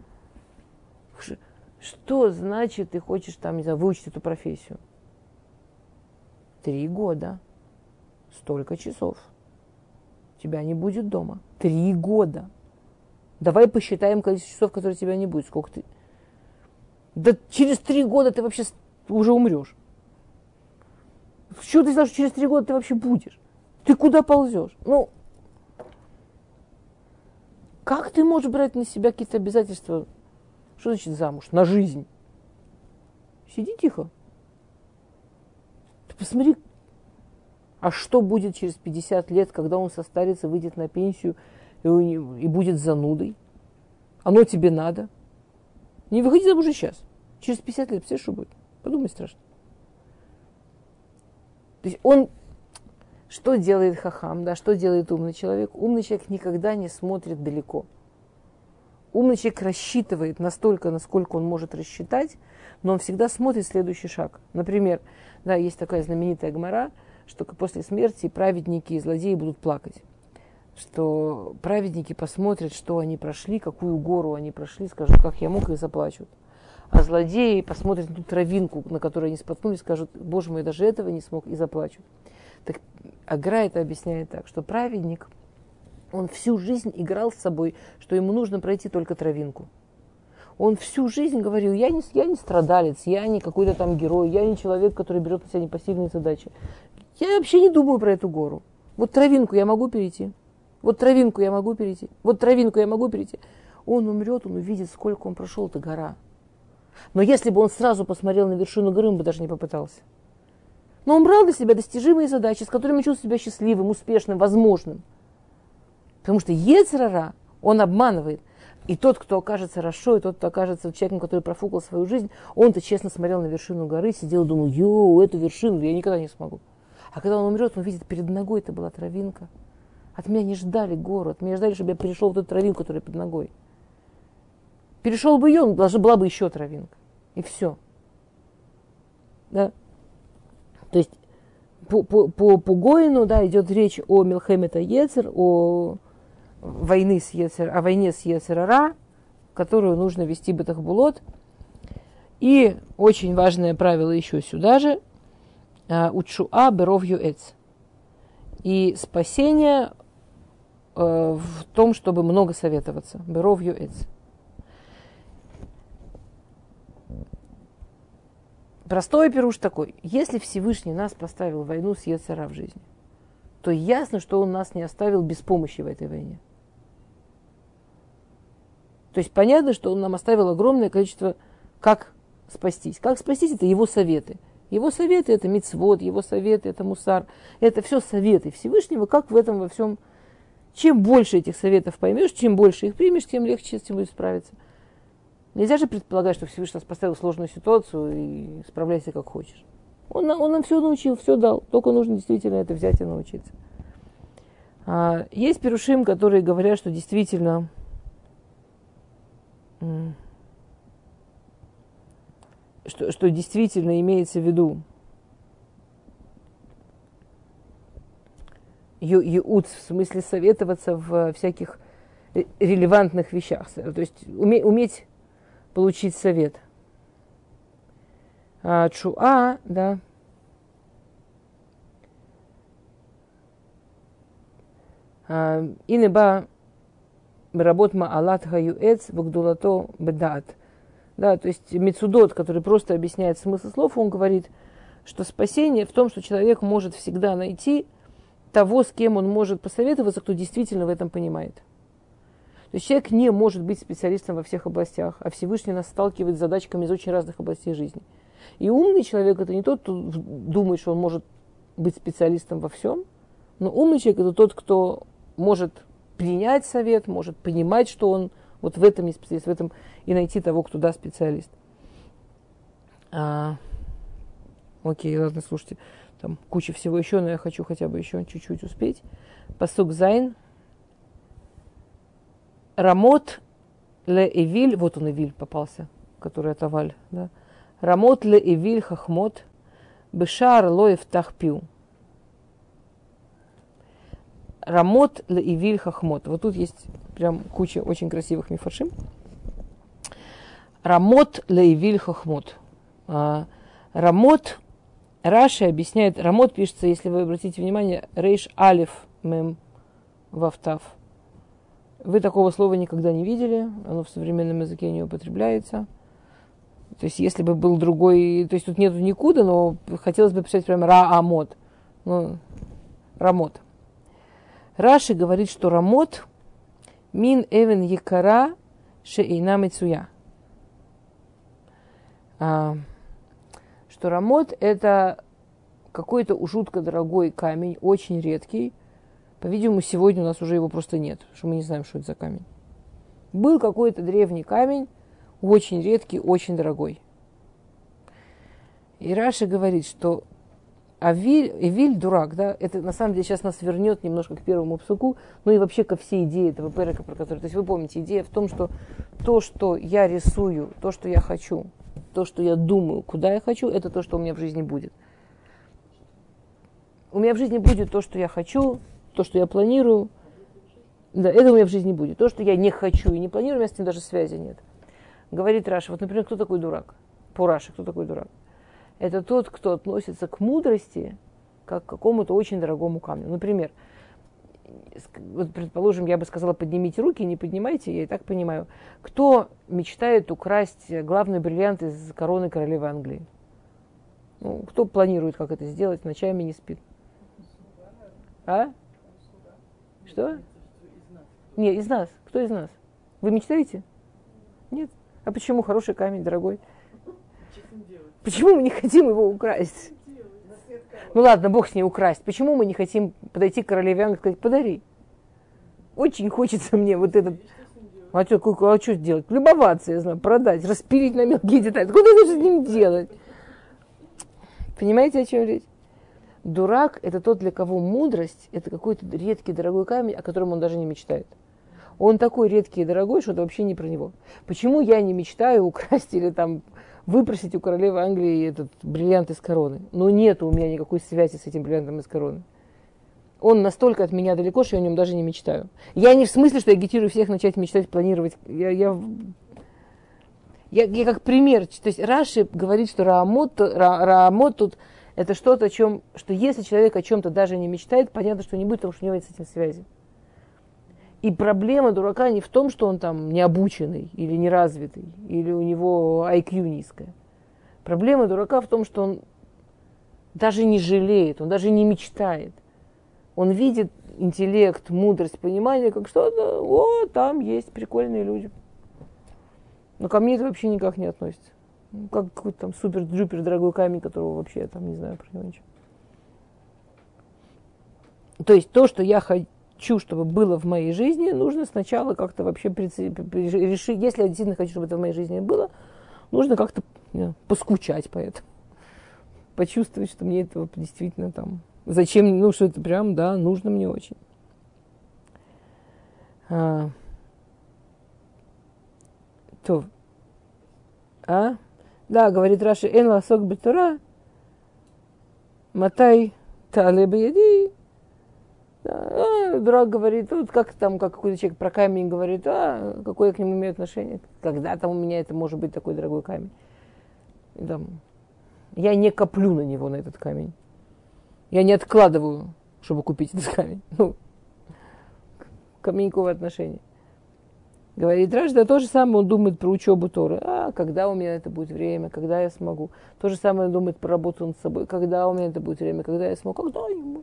Что значит, ты хочешь там, не знаю, выучить эту профессию? 3 года. Столько часов. Тебя не будет дома. 3 года. Давай посчитаем количество часов, которые тебя не будет. Сколько ты... Да через 3 года ты вообще уже умрешь. Что ты знаешь, что через 3 года ты вообще будешь? Ты куда ползешь? Как ты можешь брать на себя какие-то обязательства? Что значит замуж? На жизнь. Сиди тихо. Ты посмотри, А что будет через 50 лет, когда он состарится, выйдет на пенсию и будет занудой? Оно тебе надо? Не выходи замуж уже сейчас. Через 50 лет, представляешь, что будет? Подумай страшно. То есть он, что делает хахам, да, что делает умный человек? Умный человек никогда не смотрит далеко. Умный человек рассчитывает настолько, насколько он может рассчитать, но он всегда смотрит следующий шаг. Например, да, есть такая знаменитая гемара, что после смерти праведники и злодеи будут плакать. Что праведники посмотрят, что они прошли, какую гору они прошли, скажут, как я мог, и заплачут. А злодеи посмотрят на ту травинку, на которой они споткнулись, скажут, боже мой, даже этого не смог, и заплачут. Так Агра это объясняет так, что праведник, он всю жизнь играл с собой, что ему нужно пройти только травинку. Он всю жизнь говорил, я не страдалец, я не какой-то там герой, я не человек, который берет на себя непосильные задачи. Я вообще не думаю про эту гору. Вот травинку я могу перейти. Вот травинку я могу перейти. Вот травинку я могу перейти. Он умрет, он увидит, сколько он прошел, эта гора. Но если бы он сразу посмотрел на вершину горы, он бы даже не попытался. Но он брал для себя достижимые задачи, с которыми чувствовал себя счастливым, успешным, возможным. Потому что йецер ара, он обманывает. И тот, кто окажется хорошо, и тот, кто окажется человеком, который профукал свою жизнь, он-то честно смотрел на вершину горы, сидел и думал, эту вершину я никогда не смогу. А когда он умрет, он видит, перед ногой это была травинка. От меня не ждали гору, от меня ждали, чтобы я перешел в эту травинку, которая под ногой. Перешел бы ее, была бы еще травинка. И все. Да? То есть по Гоину, да, идет речь о Милхемет Йецер, о войне с Йецер ара, которую нужно вести бетахбулот. И очень важное правило еще сюда же. Учуа беров юэц. И спасение в том, чтобы много советоваться. Беров юэц. Простой пируш такой. Если Всевышний нас поставил в войну с йецер ара в жизни, то ясно, что он нас не оставил без помощи в этой войне. То есть понятно, что он нам оставил огромное количество, как спастись. Как спастись, это его советы. Его советы это мицвот, его советы это мусар. Это все советы Всевышнего, как в этом во всем. Чем больше этих советов поймешь, чем больше их примешь, тем легче с этим будет справиться. Нельзя же предполагать, что Всевышний нас поставил в сложную ситуацию и справляйся как хочешь. Он нам все научил, все дал. Только нужно действительно это взять и научиться. Есть пирушим, которые говорят, что действительно что действительно имеется в виду юуц, в смысле советоваться в всяких релевантных вещах. То есть уметь получить совет. Чуа, да. Инеба работ маалат хаюэц вагдулато бедат. Да, то есть Мецудот, который просто объясняет смысл слов, он говорит, что спасение в том, что человек может всегда найти того, с кем он может посоветоваться, кто действительно в этом понимает. То есть человек не может быть специалистом во всех областях, а Всевышний нас сталкивает с задачками из очень разных областей жизни. И умный человек это не тот, кто думает, что он может быть специалистом во всем, но умный человек это тот, кто может принять совет, может понимать, что он вот в этом не специалист, в этом и найти того, кто да специалист. Окей, ладно, слушайте, там куча всего еще, но я хочу хотя бы еще чуть-чуть успеть. Пасук Зайн. Рамот ле Эвиль, вот он Эвиль попался, который это Валь, да. Рамот ле Эвиль хахмот, бешар лоев тахпил. Рамот ле Эвиль хахмот. Вот тут есть прям куча очень красивых мифаршим. Рамот ле Эвиль хахмот. Рамот, Раши объясняет, Рамот пишется, если вы обратите внимание, рейш алиф мем вафтав. Вы такого слова никогда не видели, оно в современном языке не употребляется. То есть, если бы был другой, то есть тут нету никуда, но хотелось бы писать прямо Раамот. Ну, Рамот. Раши говорит, что Рамот мин эвен якара шеэйна мецуя. Что Рамот это какой-то жутко дорогой камень, очень редкий. По-видимому, сегодня у нас уже его просто нет, что мы не знаем, что это за камень. Был какой-то древний камень, очень редкий, очень дорогой. И Раши говорит, что Эвиль дурак, да, это на самом деле сейчас нас вернет немножко к первому псуку, ну и вообще ко всей идее этого перека, про который, то есть вы помните, идея в том, что то, что я рисую, то, что я хочу, то, что я думаю, куда я хочу, это то, что у меня в жизни будет. У меня в жизни будет то, что я хочу, то, что я планирую, да, это у меня в жизни будет. То, что я не хочу и не планирую, у меня с этим даже связи нет. Говорит Раша, вот, например, кто такой дурак? По Раше, кто такой дурак? Это тот, кто относится к мудрости как к какому-то очень дорогому камню. Например, вот, предположим, я бы сказала, поднимите руки, не поднимайте, я и так понимаю. Кто мечтает украсть главный бриллиант из короны королевы Англии? Ну, кто планирует, как это сделать, ночами не спит? А? Что? Нет, из нас. Кто из нас? Вы мечтаете? Нет. А почему хороший камень, дорогой? Почему мы не хотим его украсть? Ну ладно, Бог с ней украсть. Почему мы не хотим подойти к королеве Англии и сказать, подари? Очень хочется мне вот этот... А что делать? Любоваться, я знаю, продать, распилить на мелкие детали. Куда это с ним делать? Понимаете, о чем речь? Дурак – это тот, для кого мудрость – это какой-то редкий, дорогой камень, о котором он даже не мечтает. Он такой редкий и дорогой, что это вообще не про него. Почему я не мечтаю украсть или там выпросить у королевы Англии этот бриллиант из короны? Но нет у меня никакой связи с этим бриллиантом из короны. Он настолько от меня далеко, что я о нем даже не мечтаю. Я не в смысле, что я агитирую всех начать мечтать, планировать. Я как пример. То есть Раши говорит, что Раамот тут это что-то, о чем, что если человек о чем-то даже не мечтает, понятно, что не будет, потому что у него нет с этим связи. И проблема дурака не в том, что он там необученный или неразвитый, или у него IQ низкое. Проблема дурака в том, что он даже не жалеет, он даже не мечтает. Он видит интеллект, мудрость, понимание, как что-то, о, там есть прикольные люди. Но ко мне это вообще никак не относится. Ну, как какой-то там супер-джупер дорогой камень, которого вообще я там не знаю про него ничего. То есть то, что я хочу, чтобы было в моей жизни, нужно сначала как-то вообще решить. Если я действительно хочу, чтобы это в моей жизни было, нужно как-то поскучать по этому. Почувствовать, что мне это действительно там... Зачем? Ну, что это прям, да, нужно мне очень. То. Да, говорит Раши, эн ласок бетура, матай тале бияди. Дурак говорит, вот как там, как какой-то человек про камень говорит, какое я к нему имею отношение? Когда там у меня это может быть такой дорогой камень? Там, я не коплю на него, на этот камень. Я не откладываю, чтобы купить этот камень. Ну, ко мне никакого отношения. Говорит Раш, да то же самое он думает про учебу Торы. Когда у меня это будет время, когда я смогу. То же самое он думает про работу над собой. Когда у меня это будет время, когда я смогу. Когда-нибудь.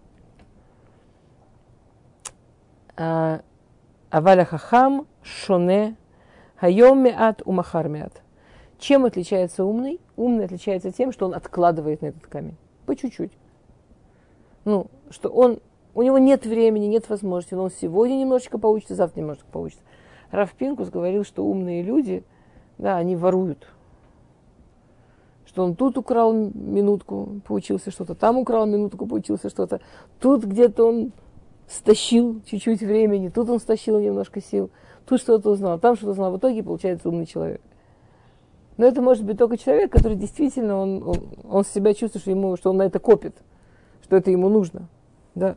Аваля хахам шоне хайом меат умахар меат. Чем отличается умный? Умный отличается тем, что он откладывает на этот камень. По чуть-чуть. Ну, что у него нет времени, нет возможности, но он сегодня немножечко поучится, завтра немножечко поучится. Рав Пинкус говорил, что умные люди, да, они воруют. Что он тут украл минутку, поучился что-то, там украл минутку, поучился что-то. Тут где-то он стащил чуть-чуть времени, тут он стащил немножко сил, тут что-то узнал, там что-то узнал. В итоге получается умный человек. Но это может быть только человек, который действительно, он себя чувствует, что он на это копит, что это ему нужно. Да.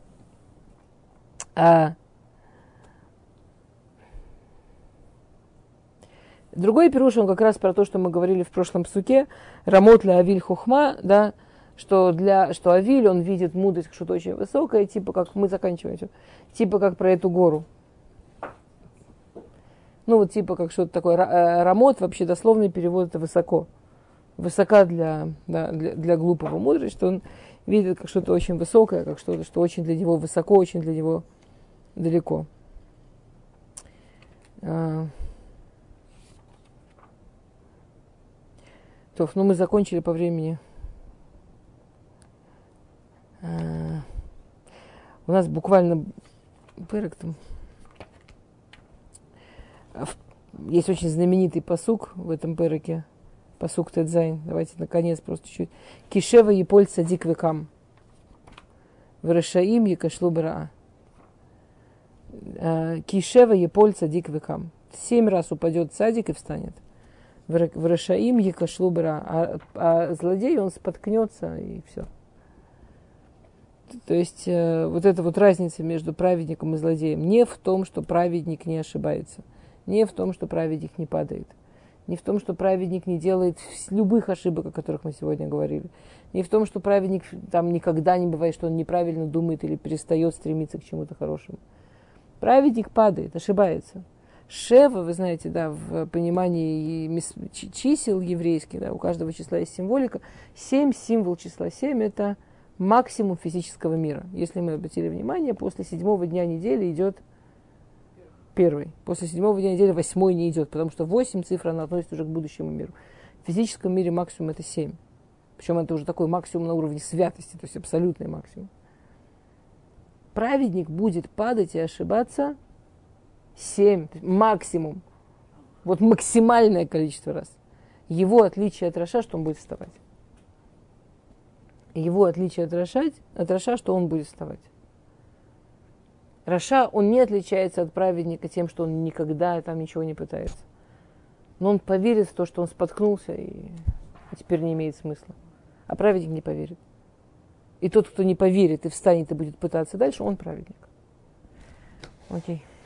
Другой пируш, он как раз про то, что мы говорили в прошлом псуке, рамот ля авиль хухма, да, что авиль, он видит мудрость, что-то очень высокое, типа как, мы заканчиваем, типа как про эту гору. Ну вот типа как что-то такое, рамот, вообще дословный перевод это высоко. Высока для глупого мудрость, что он видит как что-то очень высокое, как что-то, что очень для него высоко, очень для него далеко. Мы закончили по времени. У нас буквально есть очень знаменитый пасук в этом переке. Пасук Тедзайн. Давайте наконец просто чуть. Кишева еполь цадик векам. Врешаим екашлу браа. Кишева еполь цадик векам. 7 раз упадет цадик и встанет. Врешаим екашлу браа. А злодей, он споткнется и все. То есть вот эта вот разница между праведником и злодеем не в том, что праведник не ошибается, не в том, что праведник не падает, не в том, что праведник не делает любых ошибок, о которых мы сегодня говорили, не в том, что праведник там никогда не бывает, что он неправильно думает или перестает стремиться к чему-то хорошему. Праведник падает, ошибается. Шева, вы знаете, да, в понимании чисел еврейских, да, у каждого числа есть символика. 7, символ числа 7 – это максимум физического мира. Если мы обратили внимание, после 7-го дня недели идет первый. После 7-го дня недели 8-й не идет, потому что 8 цифра, она относится уже к будущему миру. В физическом мире максимум это 7. Причем это уже такой максимум на уровне святости, то есть абсолютный максимум. Праведник будет падать и ошибаться 7, максимум. Вот максимальное количество раз. Его отличие от Раша, что он будет вставать. Его отличие от Раша, что он будет вставать. Раша, он не отличается от праведника тем, что он никогда там ничего не пытается. Но он поверит в то, что он споткнулся и теперь не имеет смысла. А праведник не поверит. И тот, кто не поверит и встанет и будет пытаться дальше, он праведник. Окей.